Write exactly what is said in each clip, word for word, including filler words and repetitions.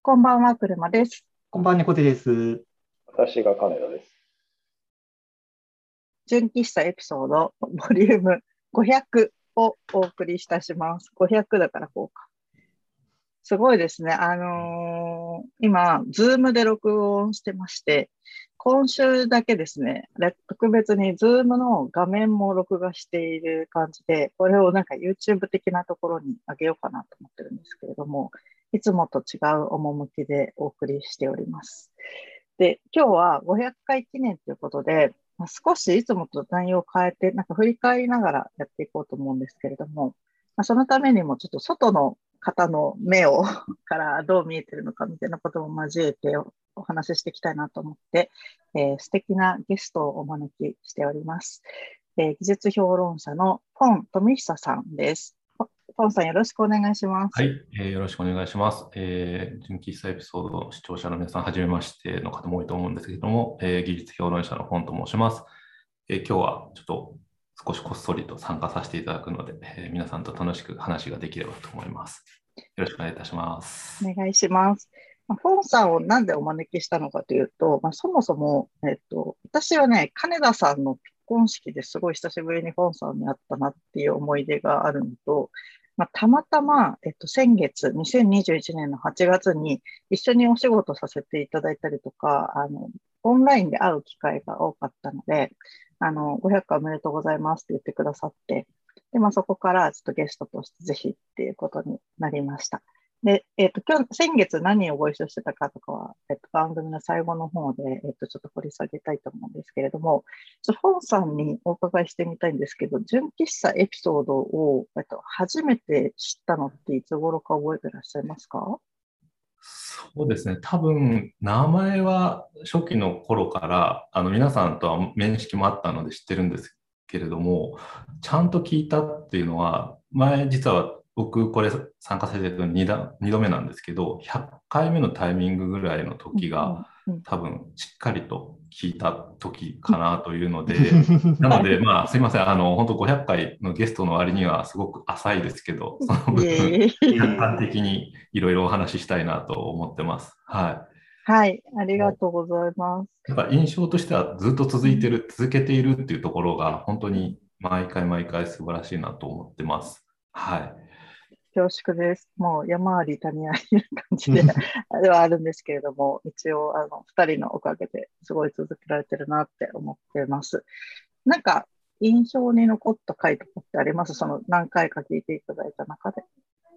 こんばんは、車です。 こんばんは、猫背です。 私が金田です。 純喫茶エピソードボリュームごひゃくをお送りいたします。ごひゃくだからこうか。すごいですね。あのー今、ズームで録音してまして、今週だけですね、れ特別にズームの画面も録画している感じで、これをなんか YouTube 的なところに上げようかなと思ってるんですけれども、いつもと違う趣でお送りしております。で、今日はごひゃっかい記念ということで、まあ、少しいつもと内容を変えて、なんか振り返りながらやっていこうと思うんですけれども、まあ、そのためにもちょっと外の方の目をからどう見えてるのかみたいなことも交えておお話ししていきたいなと思って、えー素敵なゲストをお招きしております。えー技術評論者のポン富久さんです。ポポンさんよろしくお願いします。 はい、えーよろしくお願いします。えー、純喫茶エピソードの視聴者の皆さん、はじめましての方も多いと思うんですけれども、えー技術評論者の本と申します。えー今日はちょっと少しこっそりと参加させていただくので、えー皆さんと楽しく話ができればと思います。よろしくお願いいたします。 お願いします。まあ、フォンさんをなんでお招きしたのかというと、まあ、そもそも、えっと、私はね、金田さんの結婚式ですごい久しぶりにフォンさんに会ったなっていう思い出があるのと、まあ、たまたま、えっと、先月、にせんにじゅういちねんのはちがつに一緒にお仕事させていただいたりとか、あの、オンラインで会う機会が多かったので、あの、ごひゃっかいおめでとうございますって言ってくださって、で、まあ、そこからちょっとゲストとしてぜひっていうことになりました。で、えっと、今日、先月何をご一緒してたかとかは、えっと、番組の最後の方で、えっと、ちょっと掘り下げたいと思うんですけれども、ちょっと本さんにお伺いしてみたいんですけど、純喫茶エピソードを、えっと、初めて知ったのっていつ頃か覚えてらっしゃいますか？ そうですね、多分名前は初期の頃からあの皆さんとは面識もあったので知ってるんですけれども、ちゃんと聞いたっていうのは、前実は僕これ参加させてるの 2, だにどめなんですけど、ひゃっかいめのタイミングぐらいの時うんがうんうん。 多分しっかりと聞いた時かなというので、なのではい。 まあすいません、あの本当ごひゃっかいのゲストの割にはすごく浅いですけど、そのい部分えいえ。 客観的にいろいろお話ししたいなと思ってます。ははい、ありい。 がとうございます。 やっぱ印象としてはずっと続うんいてる、続けているっていうところが本当に毎回毎回素晴らしいなと思ってます。はい。 恐縮です。もう山あり谷ありな感じでではあるんですけれども、一応、あの、二人のおかげですごい続けられてるなって思ってます。なんか、印象に残った回とかってあります？その何回か聞いていただいた中で。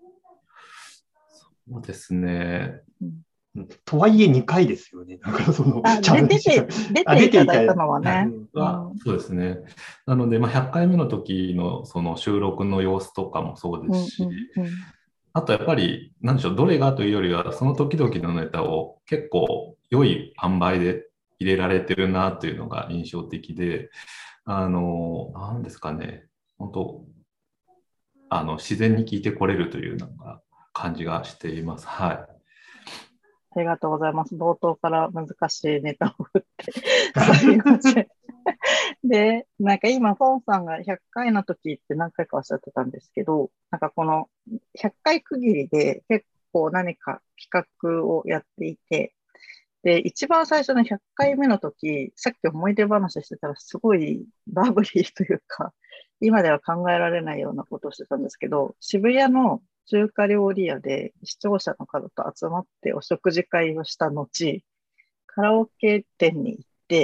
そうですね。 うん、 とはいえにかいですよね。なんかその、 あ、 チャで、 レンジが。 出て、出あ、 て出ていた。 いただいたのははい。 ね。 うん。 うは、 ん、 そうですね。なので、まあ、ひゃっかいめの時のその収録の様子とかもそうでうん、うすし、 ん、うん。 あとやっぱり、なんでしょう、どれがというよりは、その時々のネタを結構良い塩梅で入れられてるなというのが印象的で、あの、なんですかね、本当、あの、自然に聞いてこれるというなんか感じがしています。はありがとうございます。冒頭から難しいネタを振ってすいません。で、なんか今、フォンさんがひゃっかいの時って何回かおっしゃってたんですけど、なんかこのひゃっかい区切りで結構何か企画をやっていて、で、一番最初のひゃっかいめの時、さっき思い出話してたらすごいバブリーというか、今では考えられないようなことをしてたんですけど、渋谷の中華料理屋で視聴者の方と集まってお食事会をした後、カラオケ店に行って、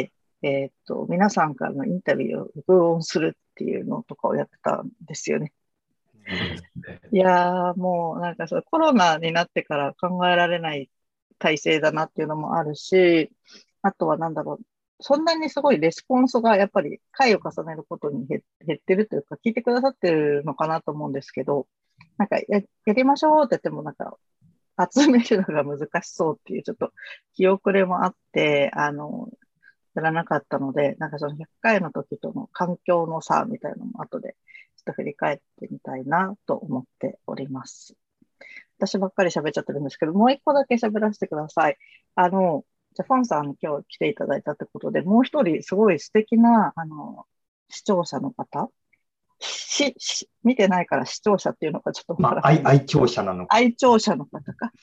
えっと、皆さんからのインタビューを録音するっていうのとかをやってたんですよね。 い。そうですね。 いやー、もうなんかそう、コロナになってから考えられない体制だなっていうのもあるし、あとはなんだろう、そんなにすごいレスポンスがやっぱり回を重ねることに減減ってるというか、聞いてくださってるのかなと思うんですけど、なんかや、やりましょうって言ってもなんか、集めるのが難しそうっていうちょっと気遅れもあって、あの、やらなかったので、なんかそのひゃっかいの時との環境の差みたいなのも後でちょっと振り返ってみたいなと思っております。私ばっかり喋っちゃってるんですけど、もう一個だけ喋らせてください。あの、じゃあファンさんに今日来ていただいたってことで、もう一人すごい素敵な、あの、視聴者の方し、し、見てないから視聴者っていうのかちょっとわかまあ、愛、 らないんです愛聴者なのか。 愛聴者の方か。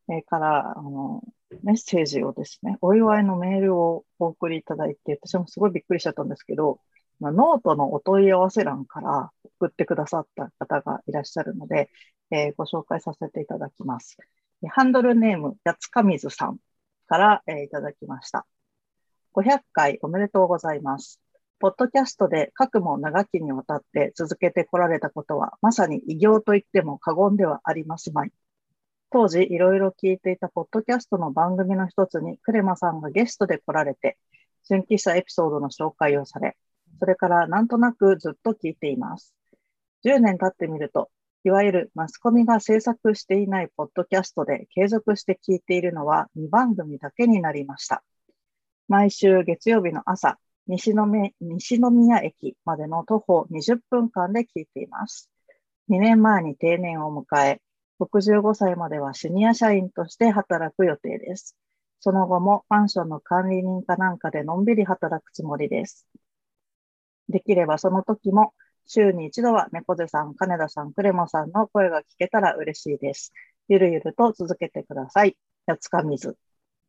えーからあのメッセージをですね、お祝いのメールをお送りいただいて、私もすごいびっくりしちゃったんですけど、まあ、ノートのお問い合わせ欄から送ってくださった方がいらっしゃるので、えーご紹介させていただきます。ハンドルネーム、やつかみずさんから、えーいただきました。ごひゃっかいおめでとうございます。ポッドキャストで核も長きにわたって続けてこられたことは、まさに偉業と言っても過言ではありますまい。当時、いろいろ聞いていたポッドキャストの番組の一つに、クレマさんがゲストで来られて、純喫茶エピソードの紹介をされ、それからなんとなくずっと聞いています。じゅうねん経ってみると、いわゆるマスコミが制作していないポッドキャストで継続して聞いているのはにばんぐみだけになりました。毎週月曜日の朝、西宮、西宮駅までの徒歩にじゅっぷんかんで聞いています。にねんまえに定年を迎え、ろくじゅうごさいまではシニア社員として働く予定です。その後もマンションの管理人かなんかでのんびり働くつもりです。できればその時も週に一度は猫背さん、金田さん、クレモさんの声が聞けたら嬉しいです。ゆるゆると続けてください。やつかみず。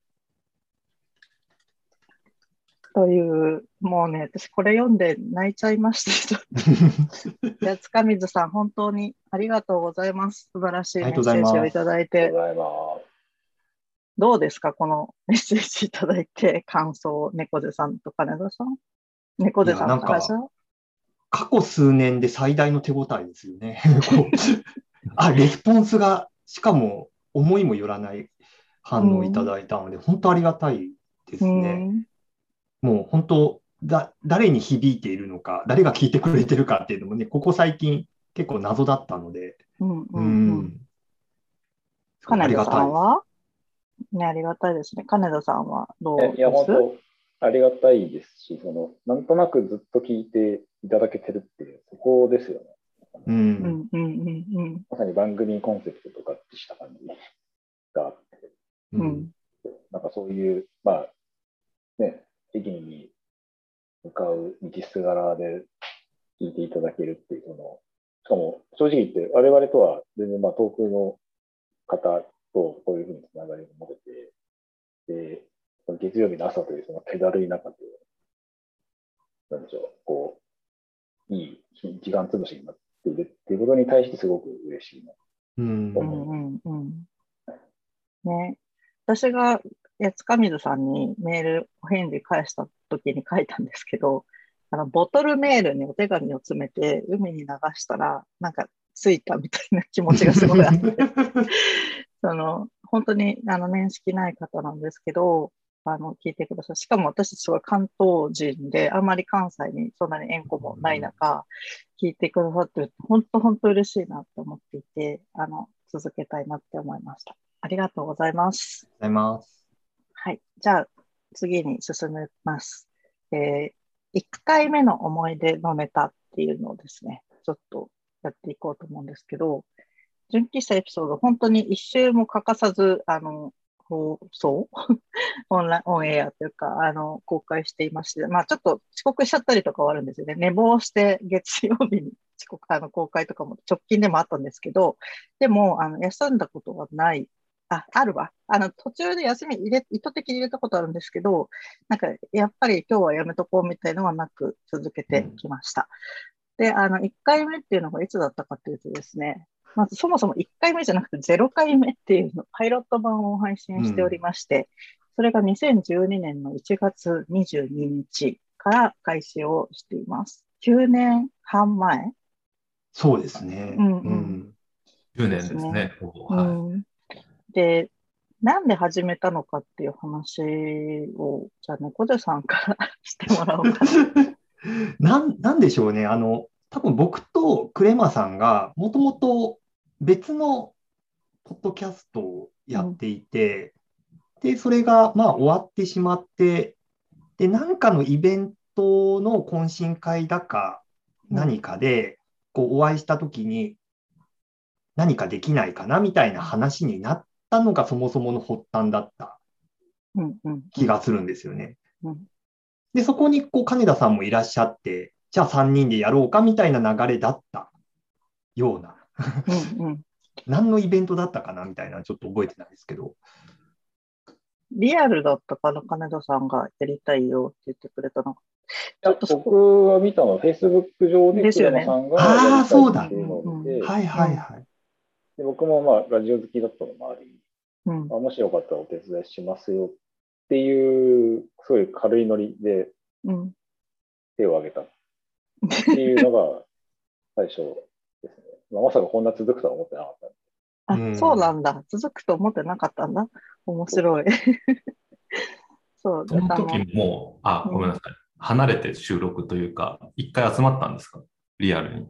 という、もうね、私これ読んで泣いちゃいました。やつかみずさん、本当にありがとうございます。素晴らしいメッセージをいただいありて。 がとうございます。 どうですか、このメッセージいただいて、感想、猫背さんと金田さん。猫背さんからじゃあ。 過去数年で最大の手応えですよね。こうあ、レスポンスが、しかも思いもよらない反応をいただいたので、うん、本当ありがたいですね。うんもう本当だ、誰に響いているのか、誰が聞いてくれてるかっていうのもね、ここ最近結構謎だったので、 うんうんうん。金田さんはね、ありがたいですね。金田さんはどうですか？ いや、本当ありがたいですし、その、なんとなくずっと聞いていただけてるっていう、そこですよね。 うんうんうんうん、 まさに番組コンセプトとかってした感じがあって、 うん、 なんかそういう、まあ、ね、駅に向かう道すがらで聞いていただけるっていう、その、しかも正直言って、我々とは全然まあ遠くの方とこういうふうにつながりを持てて、で、月曜日の朝というその気だるい中で、なんでしょう、こう、いい時間潰しになっているっていうことに対してすごく嬉しいなと思います。 うんうんうんね、私がやつかみずさんにメールお返事返した時に書いたんですけど、あのボトルメールにお手紙を詰めて海に流したらなんかついたみたいな気持ちがすごいあってその本当にあの面識ない方なんですけど、あの聞いてください。しかも私すごい関東人であんまり関西にそんなに縁故もない中聞いてくださってる本当本当嬉しいなと思っていて、あの続けたいなって思いました。ありがとうございます。 ありがとうございます。 はい。じゃあ、次に進めます。えー、いっかいめの思い出のネタっていうのをですね、ちょっとやっていこうと思うんですけど、純喫茶エピソード、本当に一周も欠かさず、あの、放送オンライン、オンエアというか、あの、公開していまして、まあちょっと遅刻しちゃったりとかはあるんですよね。寝坊して月曜日に遅刻、あの、公開とかも直近でもあったんですけど、でも、あの、休んだことはない。あ、あるわ。あの、途中で休み入れ、意図的に入れたことあるんですけど、なんか、やっぱり今日はやめとこうみたいのはなく続けてきました。うん、で、あの、いっかいめっていうのがいつだったかというとですね、まずそもそもいっかいめじゃなくてゼロかいめっていうの、パイロット版を配信しておりまして、うん、それがにせんじゅうにねんのいちがつにじゅうににちから開始をしています。きゅうねんはんまえ。 そうですね。 うんうん。 じゅうねんですね。 ですねはい、うん。で、なんで始めたのかっていう話を、じゃあ猫背さんからしてもらおうかな。なん、なんでしょうね。あの、多分僕とクレマさんがもともと別のポッドキャストをやっていて、うん、で、それがまあ終わってしまって、で、なんかのイベントの懇親会だか何かでこうお会いしたときに何かできないかなみたいな話になったのがそもそもの発端だった気がするんですよね。 うんうんうん、 で、そこにこう金田さんもいらっしゃって、じゃあさんにんでやろうかみたいな流れだったような。 うんうん何のイベントだったかなみたいな、ちょっと覚えてないですけど。 リアルだったかな、金田さんがやりたいよって言ってくれたのが。 いや僕は見たのは、Facebook 上でですよねクレマさんがやりたいあーっていうのを見て、 はいはいはい。 で僕もまあラジオ好きだったのもあり、 うん。 あもしよかったらお手伝いしますよっていう、すごい軽いノリでうん。 手を挙げたっていうのが最初ですね。まあ、まさかこんな続くとは思ってなかったんで。 あ、 うんそうなんだ。続くと思ってなかったんだ。面白い。そう、 そのあの、 時も、あ、 うんごめんなさい。離れて収録というか、一回集まったんですか？リアルに。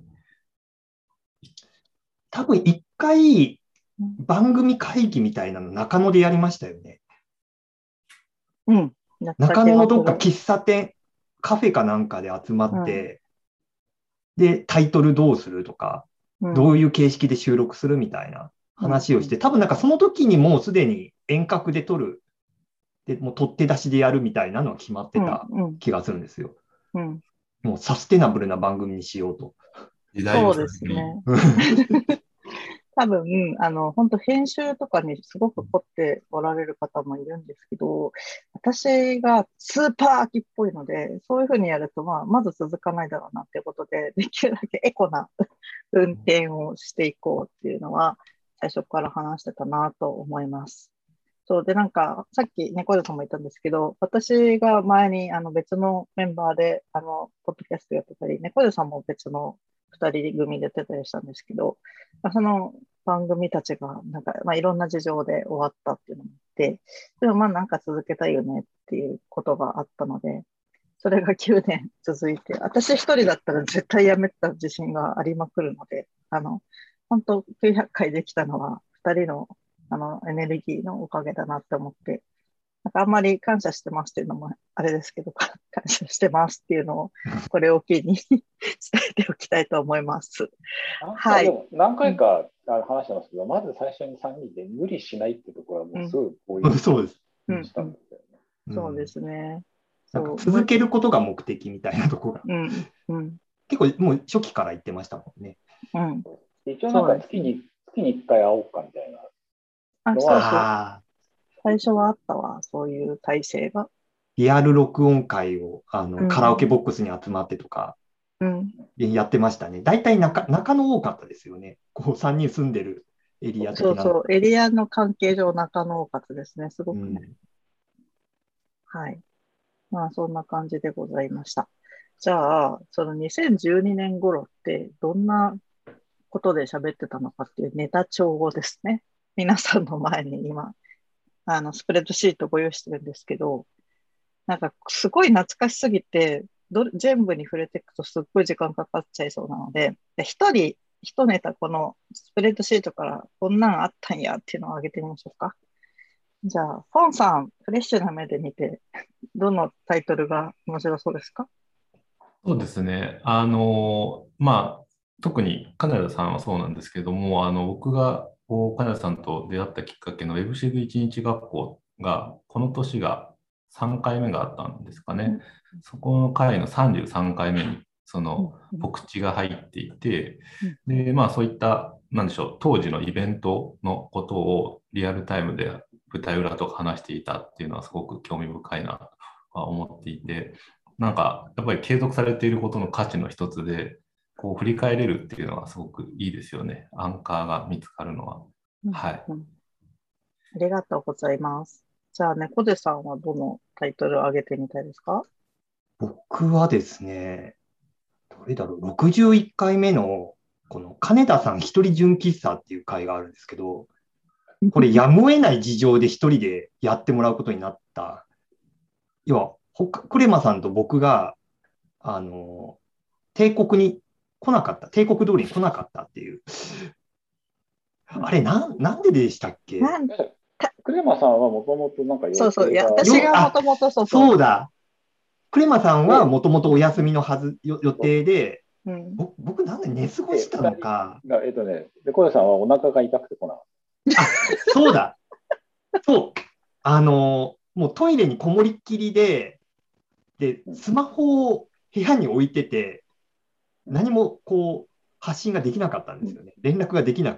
多分一回番組会議みたいなの中野でやりましたよね。 うん。やった中野のどっか気がす喫茶店、カフェかなんかで集まって、で、タイトルどうするとか、 る。 どういう形式で収録するみたいな話をして、 うん多分なんかその時にもうすでに遠隔で撮る、でもう取って出しでやるみたいなのは決まってたうんうん気がするんですよ。 うんもうサステナブルな番組にしようと。 時代をそうですね。多分、あの、本当編集とかにすごく凝っておられる方もいるんですけど、私がスーパー秋っぽいので、そういうふうにやると、まあ、まず続かないだろうなっていうことで、できるだけエコな運転をしていこうっていうのは、最初から話してたなと思います。そうで、なんか、さっき猫背さんも言ったんですけど、私が前にあの別のメンバーで、あの、ポッドキャストやってたり、猫背さんも別の二人組でやってたりしたんですけど、まあその番組たちが、なんか、まあ、いろんな事情で終わったっていうのもあって、でもまあなんか続けたいよねっていうことがあったので、それがきゅうねん続いて、私一人だったら絶対やめた自信がありまくるので、あの、本当きゅうひゃっかいできたのは二人のあのエネルギーのおかげだなって思って、なんかあんまり感謝してますっていうのもあれですけど、感謝してますっていうのをこれを機に伝えておきたいと思います。 はい。でも何回か話してますけど、まず最初にさんにんで無理しないっていうところはもうすぐこういう、 そうです。 したんですよね。 うん、そうですね。 なんか続けることが目的みたいなところが、 うんうん、 結構もう初期から言ってましたもんね。 うん、 一応なんか月に、月にいっかい会おうかみたいな。 あ、そうそう。最初はあったわ、そういう体制が。 リアル録音会をあの、うん、カラオケボックスに集まってとか、やってましたね。大体中、中野多かったですよね。こうさんにん住んでるエリア的な。 そうそう、エリアの関係上中野多かったですね、すごくね。うん、はい。まあ、そんな感じでございました。じゃあ、そのにせんじゅうにねん頃ってどんなことで喋ってたのかっていうネタ帳をですね、皆さんの前に今、あの、スプレッドシートご用意してるんですけど、なんかすごい懐かしすぎて、ど全部に触れていくとすっごい時間かかっちゃいそうなので、一人一ネタこのスプレッドシートからこんなんあったんやっていうのを上げてみましょうか。じゃあ、フォンさん、フレッシュな目で見て、どのタイトルが面白そうですか？ そうですね。あの、まあ、特に金田さんはそうなんですけども、あの僕が金田さんと出会ったきっかけの ウェブ シグいちにち学校が、この年がさんかいめがあったんですかね。うん、そこの回のさんじゅうさんかいめに、その告知が入っていて、うん、で、まあそういった、なんでしょう、当時のイベントのことをリアルタイムで舞台裏とか話していたっていうのはすごく興味深いなとは思っていて、なんかやっぱり継続されていることの価値の一つで、こう振り返れるっていうのはすごくいいですよね。アンカーが見つかるのは。はい。 うんうん、ありがとうございます。じゃあ、猫背さんはどのタイトルを上げてみたいですか？ 僕はですね、どれだろう、ろくじゅういっかいめのこの金田さん一人純喫茶っていう回があるんですけど、これやむを得ない事情で一人でやってもらうことになった。要は、クレマさんと僕が、あの、帝国に来なかった、帝国通りに来なかったっていう。あれ、なん、なんででしたっけ？ クレマさんはもともとなんかそうそう、いや、私がもともとそうそう。そうだ。クレマさんはもともとお休みのはず、予定で、うん、僕、僕なんで寝過ごしたのか。 えっとね、で、小出さんはお腹が痛くて来なかった。 あ、そうだ。そう。あの、もうトイレにこもりっきりで、で、スマホを部屋に置いてて、何もこう、発信ができなかったんですよね。連絡ができなくて。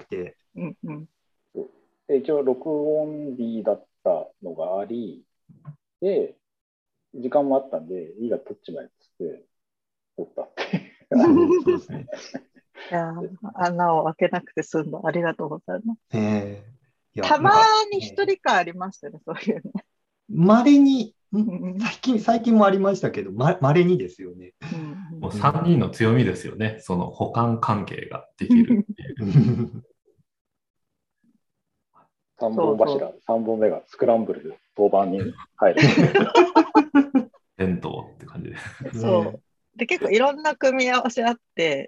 うんうん。 で一応録音日だったのがあり、で、時間もあったんで、いいが取っちまえっつって、取ったってそうそうですね。 いや穴を開けなくて済んだ。ありがとうございます。 えー、いや、 たまなんか、 に一人かありましたね、そういうね。 まれに、んうん最近、最近もありましたけど、ま、稀にですよね。 うんもうさんにんの強みですよね。その補完関係ができるっていう。 三そうそう。 本柱、三本目がスクランブルで当番に入る。 伝統って感じで。 そねう。で、結構いろんな組み合わせあって、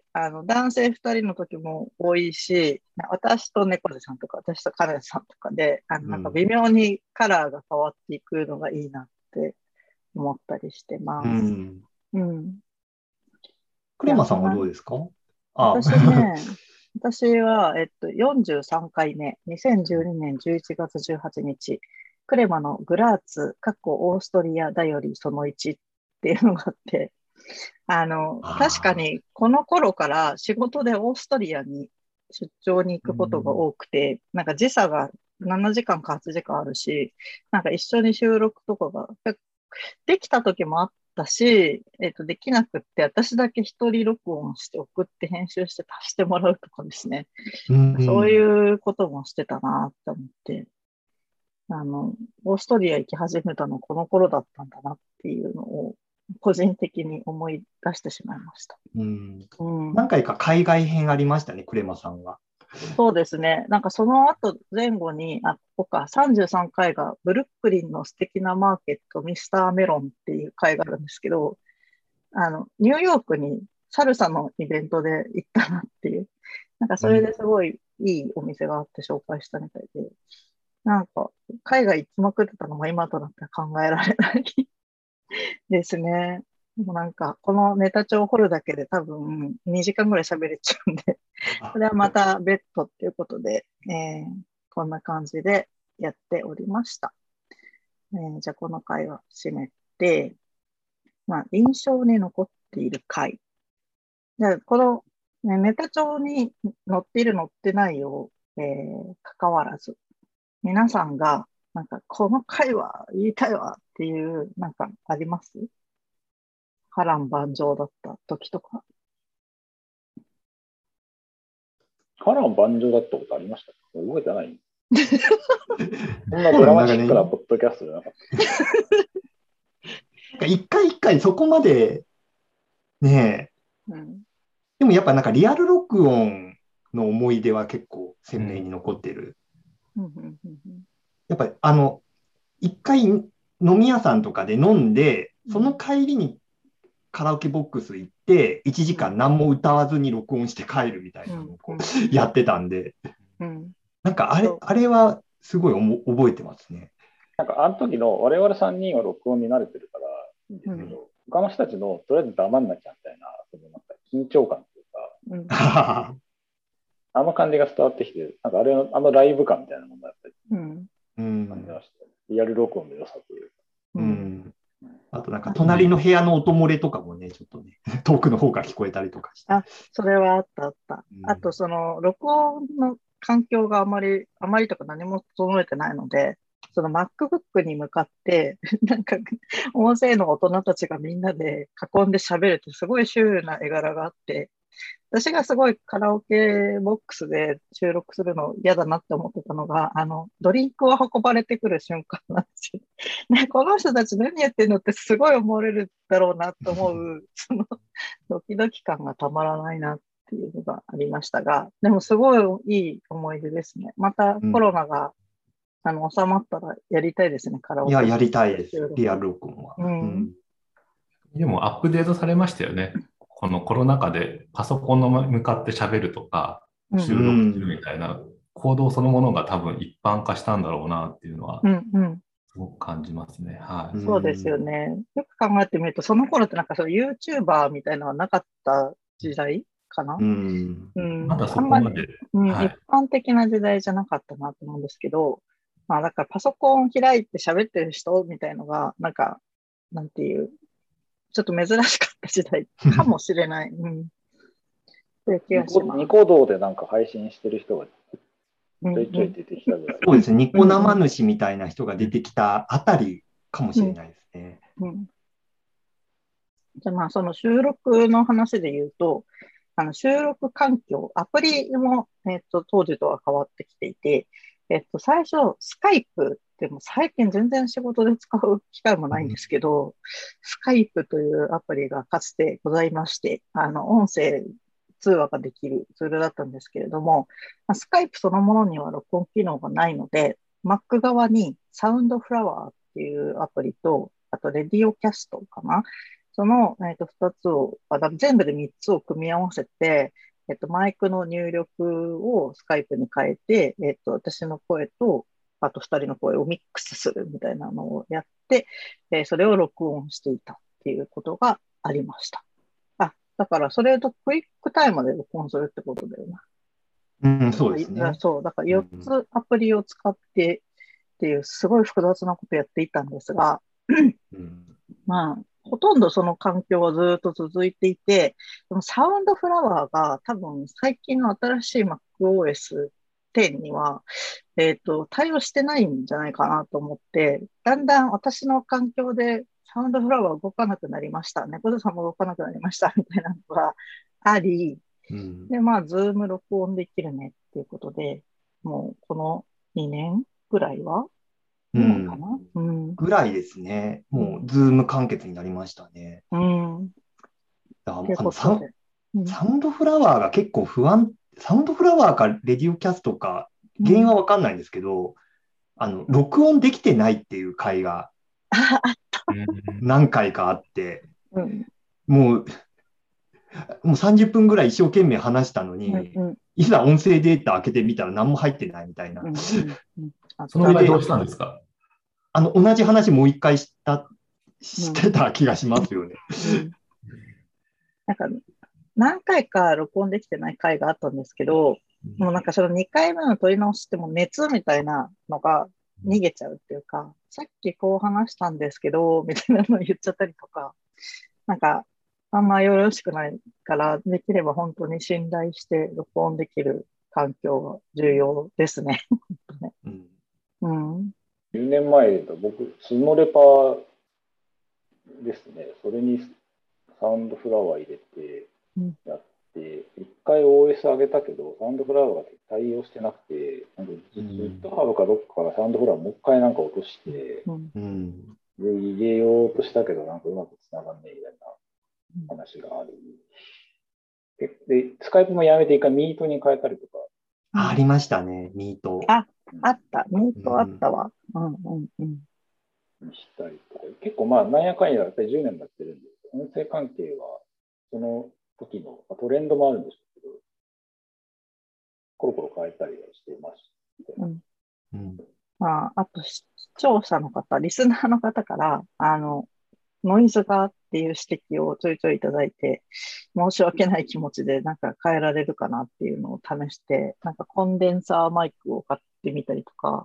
あの、男性ふたりの時も多いし、私と猫背さんとか、私とカネさんとかで、あの、なんかうん。 微妙にカラーが変わっていくのがいいなって思ったりしてうます。 ん。 うん。いや、 クレマさんはそんな、 どうですか？あ、 私ね、私は、えっと、よんじゅうさんかいめ、にせんじゅうにねんじゅういちがつじゅうはちにち、クレマのグラーツ、過去オーストリアだよりそのいちっていうのがあって、あの、確かあにこの頃から仕事でオーストリアに出張にー、う行くことがん。 多くて、なんか時差がななじかんかはちじかんあるし、なんか一緒に収録とかができた時もあったし、えっと、できなくって、私だけ一人録音して送って編集して足してもらうとかですね。 うそうん。 いうこともしてたなって思って、あの、オーストリア行き始めたのこの頃だったんだなっていうのを個人的に思い出してしまいました。 うん。 うん。 何回か海外編ありましたね、クレマさんは。 そうですね。なんかその後前後に、あ、ここか、さんじゅうさんかいがブルックリンの素敵なマーケットミスターメロンっていう会があるんですけど、あの、ニューヨークにサルサのイベントで行ったなっていう、なんかそれうん。 ですごいいいお店があって紹介したみたいで、なんか海外行きまくってたのも今となっては考えられないですね。でもなんか、このネタ帳を掘るだけで多分にじかんぐらい喋れちゃうんで、そあ、 れはまた別途っていうことで、えーこんな感じでやっておりました。えーじゃあこの回は締めて、まあ、印象に残っている回。じゃあこの、ね、ネタ帳に載っている載ってないを、えー、関わらず、皆さんが、なんか、この回は言いたいわっていう、なんかあります？波乱万丈だった時とか。 波乱万丈だったことありました？覚えてない。そんなそうなの、 ドラマチなんかね、 ックなポッドキャストじゃなかった。 なんか一回一回そこまでね、 うん。 でもやっぱなんかリアル録音の思い出は結構うん。 鮮明に残ってる。 うんうんうんやっぱりあの、一回飲み屋さんとかで飲んで、そのうん帰りにカラオケボックス行って、1 うん時間何も歌わずに録音して帰るみたいうんなのをこうんうやってたんで、 うん。 なんかあれ、 そあれはすごいおも覚えてますね。 なんかあの時の我々さんにんは録音に慣れてるからいいんでう。うん。 すけど、他の人たちのとりあえず黙んなきゃみたいな、そのなんか緊張感というか、 うん。 あの感じが伝わってきて、なんかあれのあのライブ感みたいなものがやっぱりうん。 う感じまん。 した。リアル録音の良さというか。 ううん。 ん。あとなんか確かに。 隣の部屋の音漏れとかもね、ちょっとね、遠くの方が聞こえたりとかして。 あ、それはあったあった。あと、 うん。 その、録音の環境があまり、あまりとか何も整えてないので、その MacBook に向かって、なんか、大勢の大人たちがみんなで囲んで喋るってすごいシュールな絵柄があって、私がすごいカラオケボックスで収録するの嫌だなって思ってたのが、あの、ドリンクを運ばれてくる瞬間なんですよ。ね、この人たち何やってんのってすごい思われるだろうなと思う、そのドキドキ感がたまらないなっていうのがありましたが、でもすごいいい思い出ですね。またコロうん。 ナがあの収まったらやりたいですね、カラいや、 オケボックやりたいスでです。リア収録。 ル録音は。 うん。 うん。 でもアップデートされましたよね。このコロナ禍でパソコンの向かって喋るとか、 うん。 う収録するん。 みたいな行動そのものが多分一般化したんだろうなっていうのはうん。うん。 すごく感じますね。はうい。 そうですよん。 ね。よく考えてみると、その頃ってなんかそう YouTuber みたいなのはなかった時代かな。 うん。 うん。 まだあんまり、 そこまで、 うん、一はい。 般的な時代じゃなかったなと思うんですけど、まあだからパソコン開いて喋ってる人みたいのが、なんか、なんていう、ちょっと珍しかった時代かもしれない。うん。という気ニコ、 がします。 ニコ動でなんか配信してる人がちょいちょい出てきたぐらい。 そうですね。ニコ生主みたいな人が出てきたあたりかもしれないですね。 うんうん、じゃあまあその収録の話で言うと、あの収録環境、アプリも、えっと、当時とは変わってきていて、えっと、最初、スカイプってもう最近全然仕事で使う機会もないんですけど、スカイプというアプリがかつてございまして、あの、音声通話ができるツールだったんですけれども、まあ、スカイプそのものには録音機能がないので、Mac 側にサウンドフラワーっていうアプリと、あとレディオキャストかな、その、えっと、二つを、あ全部で三つを組み合わせて、えっと、マイクの入力をスカイプに変えて、えっと、私の声と、あと二人の声をミックスするみたいなのをやって、えーそれを録音していたっていうことがありました。あ、だからそれとクイックタイムで録音するってことだよな。 うん、そうですね。 そう、だから4 うん、 つアプリを使ってっていうすごい複雑なことをやっていたんですが、 うん、 まあ、ほとんどその環境はずっと続いていて、そのサウンドフラワーが多分最近の新しい MacOS テンには、えっと、対応してないんじゃないかなと思って、だんだん私の環境でサウンドフラワー動かなくなりました。猫背さんも動かなくなりました。みたいなのがあり、 うん、 で、まあ、ズーム録音できるねっていうことで、もうこのにねんぐらいはう ?に 年かん。 な。うん。 ぐらいですね。もう、 うん。 ズーム完結になりましたね。 うん。っだからていうあのサウ、 ことで。うん。 サウンドフラワーが結構不安、サウンドフラワーかレディオキャストか、原因うん。 はわかんないんですけど、あの、録音できてないっていう回があ、あ、 うん。 何回かあって、 うん。 もう、もうさんじゅっぷんぐらい一生懸命話したのうん。 に、 うん。 いざ音声データ開けてみたら何も入ってないみたいな。 うん。うん。うん、あっそのたあった。 それで、 場合どうしたんですか？ あの、同じ話もう一回した、 うん。 してた気がしますよね。 うん。なんか、何回か録音できてない回があったんですけど、もうなんかそのにかいめの取り直しってもう熱みたいなのが逃げちゃうっていうか、さっきこう話したんですけど、みたいなのを言っちゃったりとか、なんか、あんまよろしくないから、できれば本当に信頼して録音できる環境が重要ですね。 うん、 うん。 じゅうねんまえだと僕、スノレパーですね。それにサウンドフラワー入れてうんやって、一回 オーエス 上げたけど、サウンドフラワーが対応してなくて、なんかうん GitHub かどっかからサウンドフラワーもう一回なんか落として、 うんうん、 で、入れようとしたけど、なんかうまくつながんねえみたいな話があり。で、でスカイプもやめて一回ミートに変えたりとか、 うん、 ありましたね、ミート。 あ、あった。ミートあっうん、 たわ。うんうんうん。 したりとか、結構まあ、なんやかんややっぱりじゅうねんもやってるんで、音声関係は、その時のまあトレンドもあるんでしょうけど、コロコロ変えたりはしてました。 うん、 うん、 まあ、あと視聴者の方、リスナーの方から、あの、ノイズがっていう指摘をちょいちょいいただいて、申し訳ない気持ちでなんか変えられるかなっていうのを試して、なんかコンデンサーマイクを買ってみたりとか、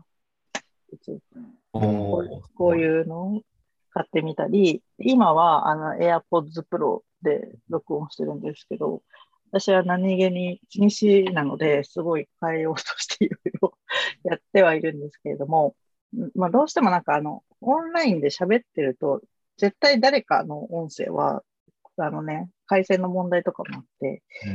こうおー、すこうごい。 いうのを買ってみたり、今はあの AirPods Pro で録音してるんですけど、私は何気に気にしなので、すごい変えようとしていろいろやってはいるんですけれども、まあ、どうしてもなんかあの、オンラインで喋ってると、絶対誰かの音声は、あのね、回線の問題とかもあって、 うん。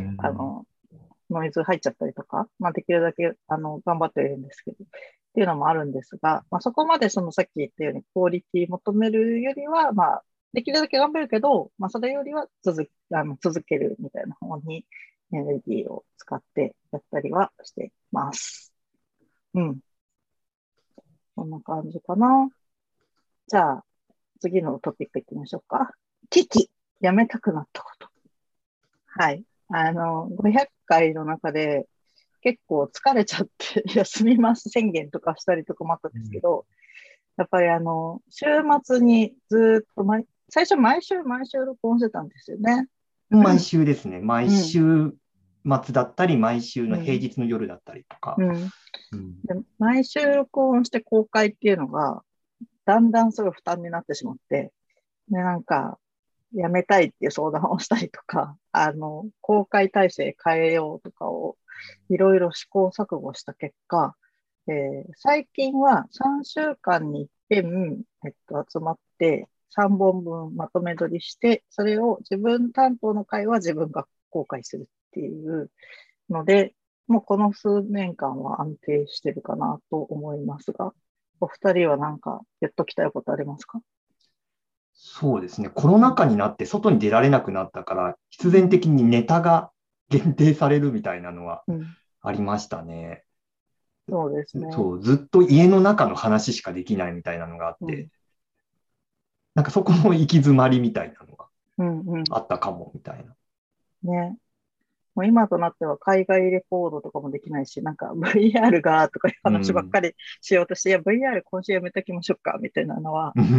あの、ノイズ入っちゃったりとか、まあ、できるだけ、あの、頑張っているんですけど、っていうのもあるんですが、まあ、そこまでそのさっき言ったようにクオリティ求めるよりは、まあ、できるだけ頑張るけど、まあ、それよりは続あの続けるみたいな方にエネルギーを使ってやったりはしてます。うん。こんな感じかな。じゃあ、次のトピックいきましょうか。危機、やめたくなったこと。はい。あの、ごひゃっかいの中で結構疲れちゃって休みます宣言とかしたりとかもあったんですけど、やっぱりあの、週末にずっと毎、最初毎週毎週録音してたんですよね。 毎週ですね、毎うん、 週末だったり、毎週の平うん、 日の夜だったりとか。 うん。 うん、 で、毎週録音して公開っていうのが、だんだんすごい負担になってしまって、で、なんか、やめたいっていう相談をしたりとか、あの、公開体制変えようとかをいろいろ試行錯誤した結果、えー最近はさんしゅうかんに一遍、えっと、集まってさんぼんぶんまとめ撮りして、それを自分担当の回は自分が公開するっていうので、もうこの数年間は安定してるかなと思いますが、お二人は何か言っときたいことありますか？ そうですね。コロナ禍になって外に出られなくなったから、必然的にネタが限定されるみたいなのはうん、 ありましたね。 そうですね。 そう、ずっと家の中の話しかできないみたいなのがあっうん、 て、なんかそこの行き詰まりみたいなのがうん、うん。 あったかもみたいな。 ね。もう今となっては海外レコードとかもできないし、なんか ブイアール がとかいうう話ばっかん。 りしようとして、いや、ブイアール 今週やめときましょうか、みたいなのはうん。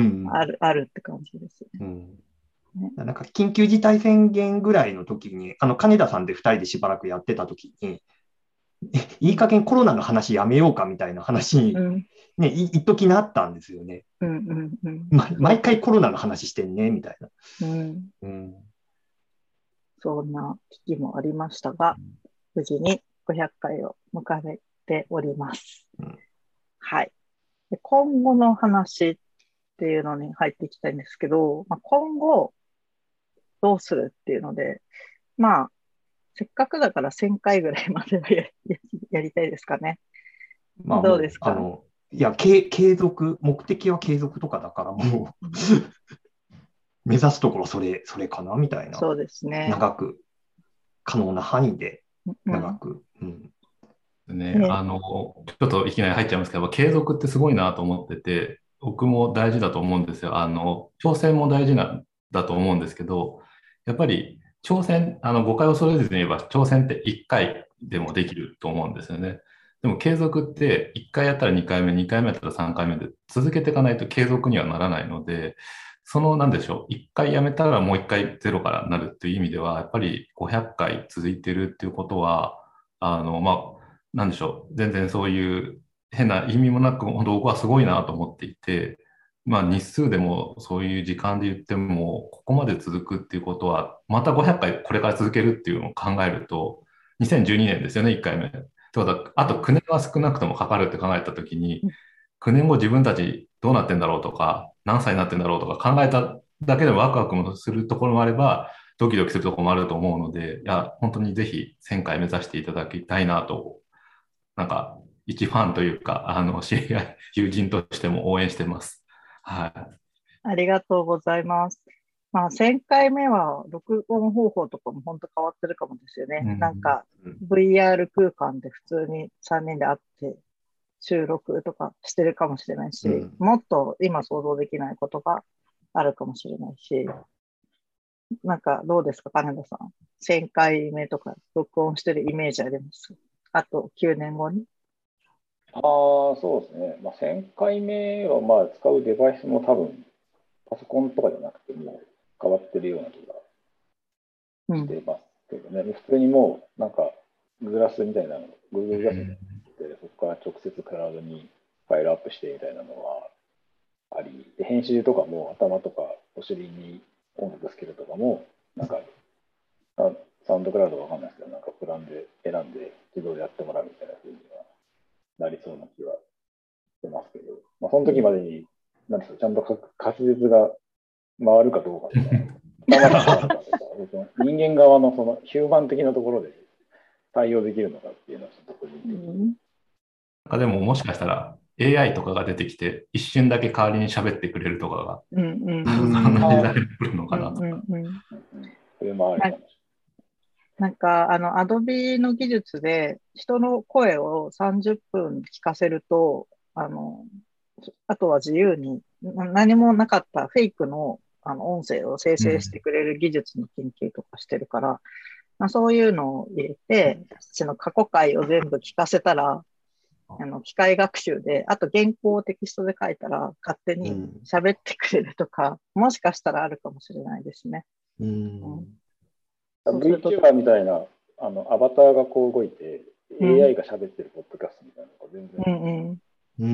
ある、あるって感じですうん。 ね。ね。 なんか緊急事態宣言ぐらいの時に、あの、金田さんで二人でしばらくやってた時に、いい加減コロナの話やめようかみたいな話に、 うん、 ね、い一時なったんですよね。 うん、うん、うん。 ま、 そうそ毎回コロナの話してんね、みたいな。 う。うん。 うん。 そんな危機もありましたが、無事にごひゃっかいを迎えております。 うん。 はい。で今後の話っていうのに入っていきたいんですけど、まあ、今後どうするっていうので、まあ、せっかくだからせんかいぐらいまではやややりたいですかね。どうでまあもう、 すか？ あの、いや、継継続、目的は継続とかだからもう、 うん、 目指すところそれ、それかなみたいな。 そうですね。 長く、可能な範囲でうん。 長く。うん。 ね、 ね、 あの、ちょっといきなり入っちゃいますけど、継続ってすごいなと思ってて、僕も大事だと思うんですよ。あの、挑戦も大事なんだと思うんですけど、やっぱり挑戦、あの、誤解を恐れずに言えば、挑戦っていっかいでもできると思うんですよね。でも継続っていっかいやったらにかいめ、にかいめやったらさんかいめで続けていかないと継続にはならないので、その、なんでしょう、いっかいやめたらもういっかいゼロからなるっていう意味では、やっぱりごひゃっかい続いてるっていうことは、あの、まあ、なんでしょう、全然そういう変な意味もなく、本当僕はすごいなと思っていて、まあ日数でもそういう時間で言っても、ここまで続くっていうことは、またごひゃっかいこれから続けるっていうのを考えると、にせんじゅうにねんですよね、いっかいめ。ってことは、あときゅうねんは少なくともかかるって考えたときに、きゅうねんご自分たちどうなってんだろうとか、何歳になってんだろうとか考えただけでもワクワクもするところもあれば、ドキドキするところもあると思うので、いや、本当にぜひせんかい目指していただきたいなと、なんか、一ファンというか、あの、知り合い、友人としても応援してます。はありがとうございます。まあ、せんかいめは録音方法とかも本当変わってるかもですよい。うね。なんん。 か ブイアール 空間で普通にさんにんで会って収録とかしてるかもしれないし、 うん。 もっと今想像できないことがあるかもしれないし、なんかどうですか、金田さん。せんかいめとか録音してるイメージあります？あときゅうねんごに。 ああ、そうですね。まあ、せんかいめは、まあ、使うデバイスも多分、パソコンとかじゃなくてもう変わってるような気がうん。 してますけどね。普通にもう、なんか、グラスみたいなの、Google グラスで、そこから直接クラウドにファイルアップしてみたいなのはあり、で編集とかも頭とかお尻に音楽つけるとかも、なんか、あサウンドクラウドわかんないですけど、なんかプランで選んで自動でやってもらうみたいな風にはなりそうな気はしてますけど、まあ、その時までに、なんですか、ちゃんと滑舌が回るかどうかとか、頭が回るかとか、人間側のそのヒューマン的なところで対応できるのかっていうのはちょっと個人う的に。 ん。 なんかでももしかしたら エーアイ とかが出てきて、一瞬だけ代わりに喋ってくれるとかが、 うん。ううん。 そんな時ん。 代に来るのうん。 かなとか。 うん。うん。 それもあるかもしなんか、あの、アドビの技術で人の声をさんじゅっぷん聞かせると、あの、あとは自由にな何もなかったフェイクの、あの音声を生成してくれる技術の研究とかしてるから、まあ、そういうのを入れて、その過去回を全部聞かせたら、あの機械学習で、あと原稿をテキストで書いたら勝手にうん。 喋ってくれるとか、もしかしたらあるかもしれないですね。 ううん、 ん。 れない。 そうすると、 VTuber みたいなあのアバターがこう動いて、 うん、 エーアイ が喋ってるポッドキャストみたいなのが全然。 うんうん。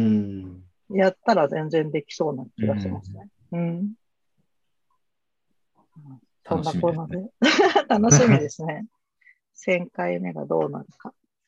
うん、やったら全然できそうな気がしますうん、 ね。うん。そん楽なしみですね。 こんなで楽しみですね。せんかいめがどうなるか。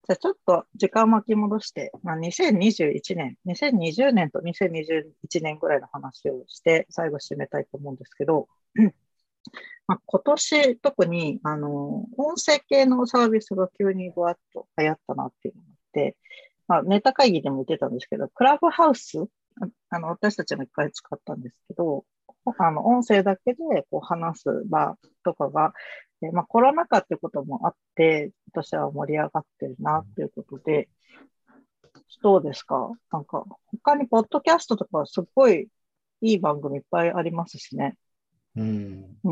じゃあちょっと時間を巻き戻して、まあ、にせんにじゅういちねん、にせんにじゅうねんとにせんにじゅういちねんぐらいの話をして、最後締めたいと思うんですけど、まあ、今年特にあの音声系のサービスが急にぐわっと流行ったなっていうのがあって、まあ、ネタ会議でも言ってたんですけど、クラブハウス、ああの私たちも一回使ったんですけど、あの音声だけでこう話す場とかが、えまあ、コロナ禍っていうこともあって、今年は盛り上がってるなっていうことで、どうですか？なんか、他にポッドキャストとかすっごいいい番組いっぱいありますしね。 うん。 うん。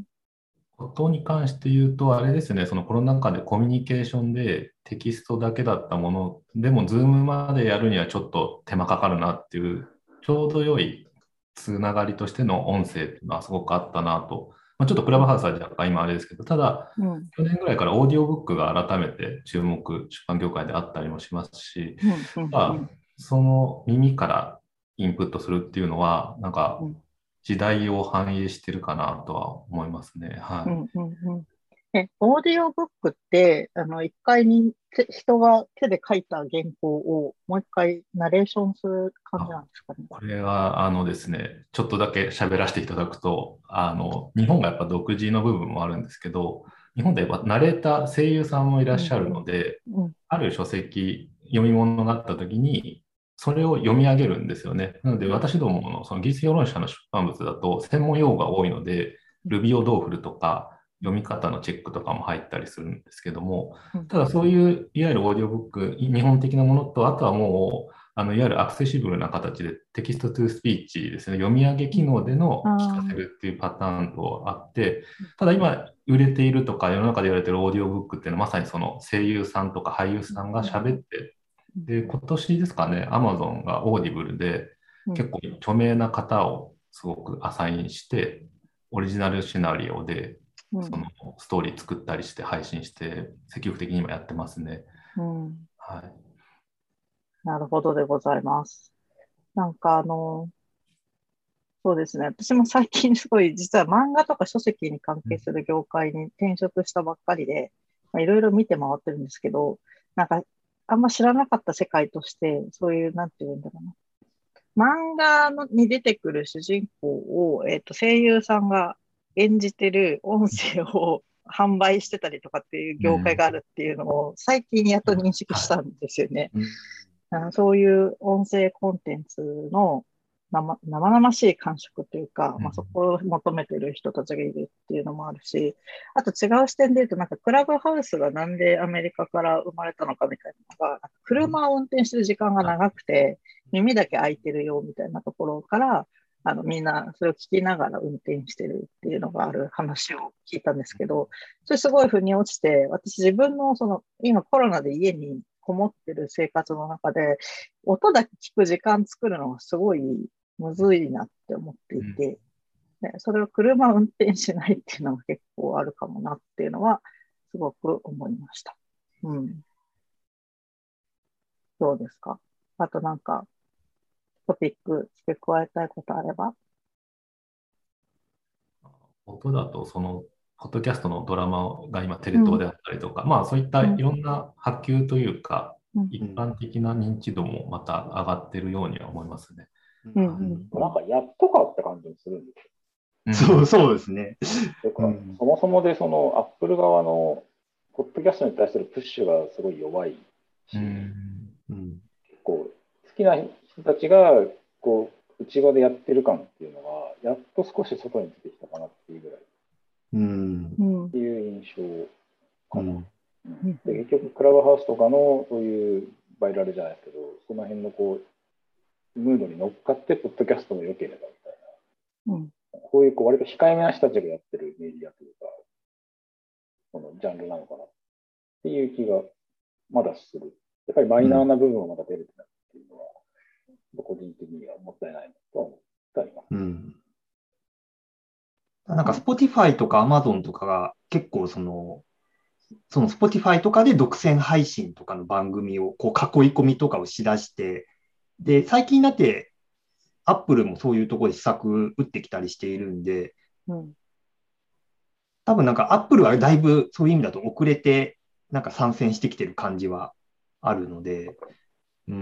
ことに関して言うと、あれですね、そのコロナ禍でコミュニケーションでテキストだけだったもの、でも、ズームまでやるにはちょっと手間かかるなっていう、ちょうど良いつながりとしての音声っていうのはすごくあったなと。まあ、ちょっとクラブハウスは若干今あれですけど、ただ、 うん。 去年ぐらいからオーディオブックが改めて注目、出版業界であったりもしますし、 うん。 まあ、その耳からインプットするっていうのは、なんかうん。 時代を反映してるかなとは思いますね。はい。 うん。うん。うん。え、オーディオブックって、あの、一回にて人が手で書いた原稿をもう一回ナレーションする感じなんですかね。 これは、あのですね、ちょっとだけ喋らせていただくと、あの、日本がやっぱ独自の部分もあるんですけど、日本でやっぱナレーター、声優さんもいらっしゃるので、 うん。 ある書籍、読み物があったときに、それを読み上げるんですよね。なので、私どものその技術評論者の出版物だと、専門用語が多いので、Ruby をどう振るとか、読み方のチェックとかも入ったりするんですけども、 うん。 ただそういういわゆるオーディオブック、日本的なものと、あとはもう、あのいわゆるアクセシブルな形でテキストトゥースピーチですね、読み上げ機能での聞かせるっていうパターンとあって、ただ今売れているとか世の中で言われているオーディオブックっていうのはまさにその声優さんとか俳優さんが喋って、で、今年ですかね、Amazon がオーディブルで結構著名な方をすごくアサインして、オリジナルシナリオでうん。 そのストーリー作ったりして配信して積極的に今やってますね。 うん。 はい。 なるほどでございます。なんかあの、そうですね。私も最近すごい、実は漫画とか書籍に関係する業界に転職したばっかりで、まあいろいろ見て回ってるんですけど、なんか、あんま知らなかった世界として、そういう、なんて言うんだろうな。漫画のに出てくる主人公を、えっと、声優さんが演じてる音声を販売してたりとかっていう業界があるっていうのを最近やっと認識したんですよね。 うんあのそういう音声コンテンツの生、生々しい感触というか、まあ、そこを求めてる人たちがいるっていうのもあるし、あと違う視点で言うと、なんかクラブハウスがなんでアメリカから生まれたのかみたいなのが、車を運転してる時間が長くて、耳だけ開いてるよみたいなところから、あのみんなそれを聞きながら運転してるっていうのがある話を聞いたんですけど、それすごい腑に落ちて、私自分のその、今コロナで家にこもってる生活の中で、音だけ聞く時間作るのがすごいむずいなって思っていて、ね、それを車運転しないっていうのが結構あるかもなっていうのは、すごく思いました。うん。どうですか？あとなんか、トピック付け加えたいことあれば。 音だと、その、ポッドキャストのドラマが今テレうん。 東であったりとか、まあそういったうん。 いろんな波及というか、 うん。 一般的な認知度もまた上がってるようには思いますね。 うん。 はいうん。 なんかやっとかって感じもするんですうんそう、そうですね。 よ。というか、 うんそもそもでそのアップル側のポッドキャストに対するプッシュがすごい弱いし、 うんうん結構好きな人たちがこう内輪でやってる感っていうのが、やっと少し外に出てきたかなっていうぐらいっうんうん。 ていう印象かな。 うんうんで結局、クラブハウスとかのそういうバイラルじゃないですけど、その辺のこうムードに乗っかって、ポッドキャストも良ければみたいな、 うん。 こういうこう割と控えめな人たちがやってるメディアというか、このジャンルなのかなっていう気がまだする。やっぱりマイナーな部分はまだ出れてないっていうのは、個人的にはもったいないなとは思ってあります。 うんなんか Spotify とか Amazon とかが結構その、その Spotify とかで独占配信とかの番組をこう囲い込みとかをしだして、で、最近になって Apple もそういうところで施策打ってきたりしているんで、 うん。 多分なんか Apple はだいぶそういう意味だと遅れてなんか参戦してきてる感じはあるので、うん、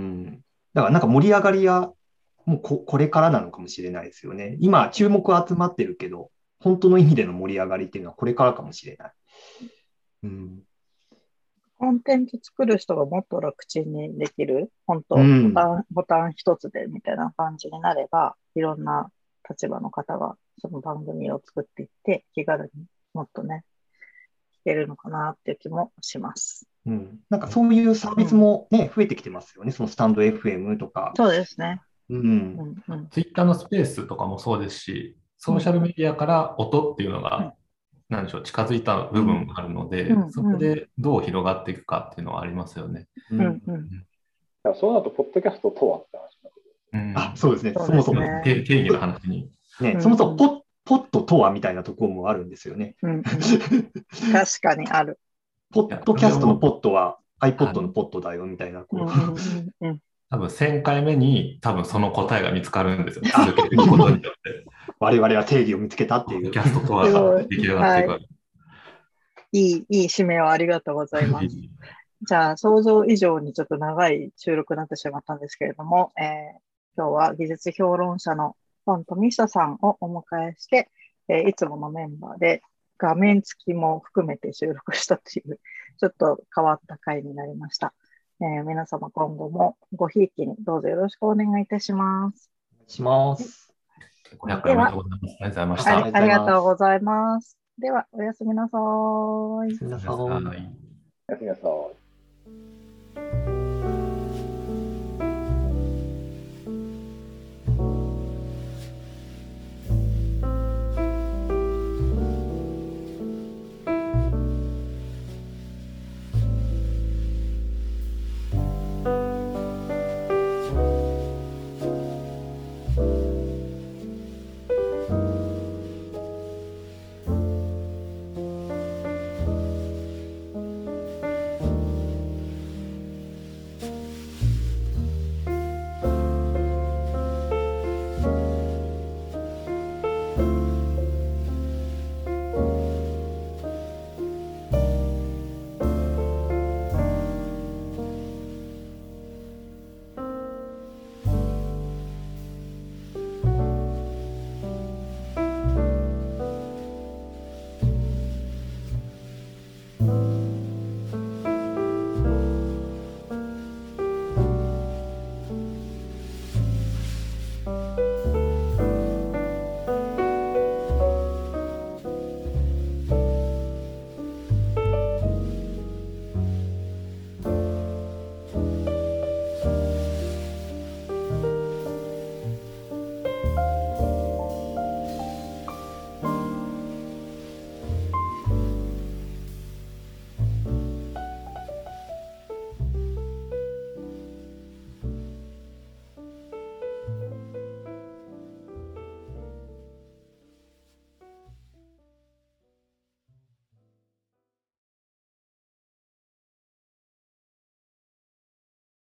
だからなんか盛り上がりはもう こ, これからなのかもしれないですよね。今、注目は集まってるけど、本当の意味での盛り上がりっていうのはこれからかもしれない。うん、 コンテンツ作る人がもっと楽ちんにできる、本う当、ボん、 タン、ボタン一つでみたいな感じになれば、いろんな立場の方がその番組を作っていって、気軽にもっとね、聞けるのかなっていう気もします。 うん。なんかそういうサービスもね、増えてきてますよね。そのスタンド エフエム とか。 そうですね。 う。 うんんうんツイッターのスペースとかもそうですし、ソーシャルメディアから音っていうのうんが、なんでしょう、近づいた部分があるので、 うんそこでどう広がっていくかっていうのはありますよね。 うんうんうん。 だからそうなると、ポッドキャストとはって話になってくる。 うんあ、そうですね。 そうそもそもですね。 定定義の話に。 ね、 うんそもそもポ、ポットとはみたいなところもあるんですよね。 うんうん、確かにある。 ポッドキャストのポットははい iPod のポットだよみたいな、こう。 うんうんうんうん多分せんかいめに多分その答えが見つかるんですよ。続けていくことによって。 我々は定義を見つけたっていう。 ポッドキャストとはが出来上がっていくわけ。 いい、いい締めをありがとうございます。じゃあ、想像以上にちょっと長い収録になってしまったんですけれども、えー今日は技術評論者の本富久さんをお迎えして、えーいつものメンバーで画面付きも含めて収録したという、ちょっと変わった回になりました。えー皆様今後もごひいきにどうぞよろしくお願いいたします。 お願いします。 ごひゃっかいおめでとうございます。ありがとうございました。 ありありがとうございます。では、おやすみなさい。 皆さん。 はいおやすみなさい。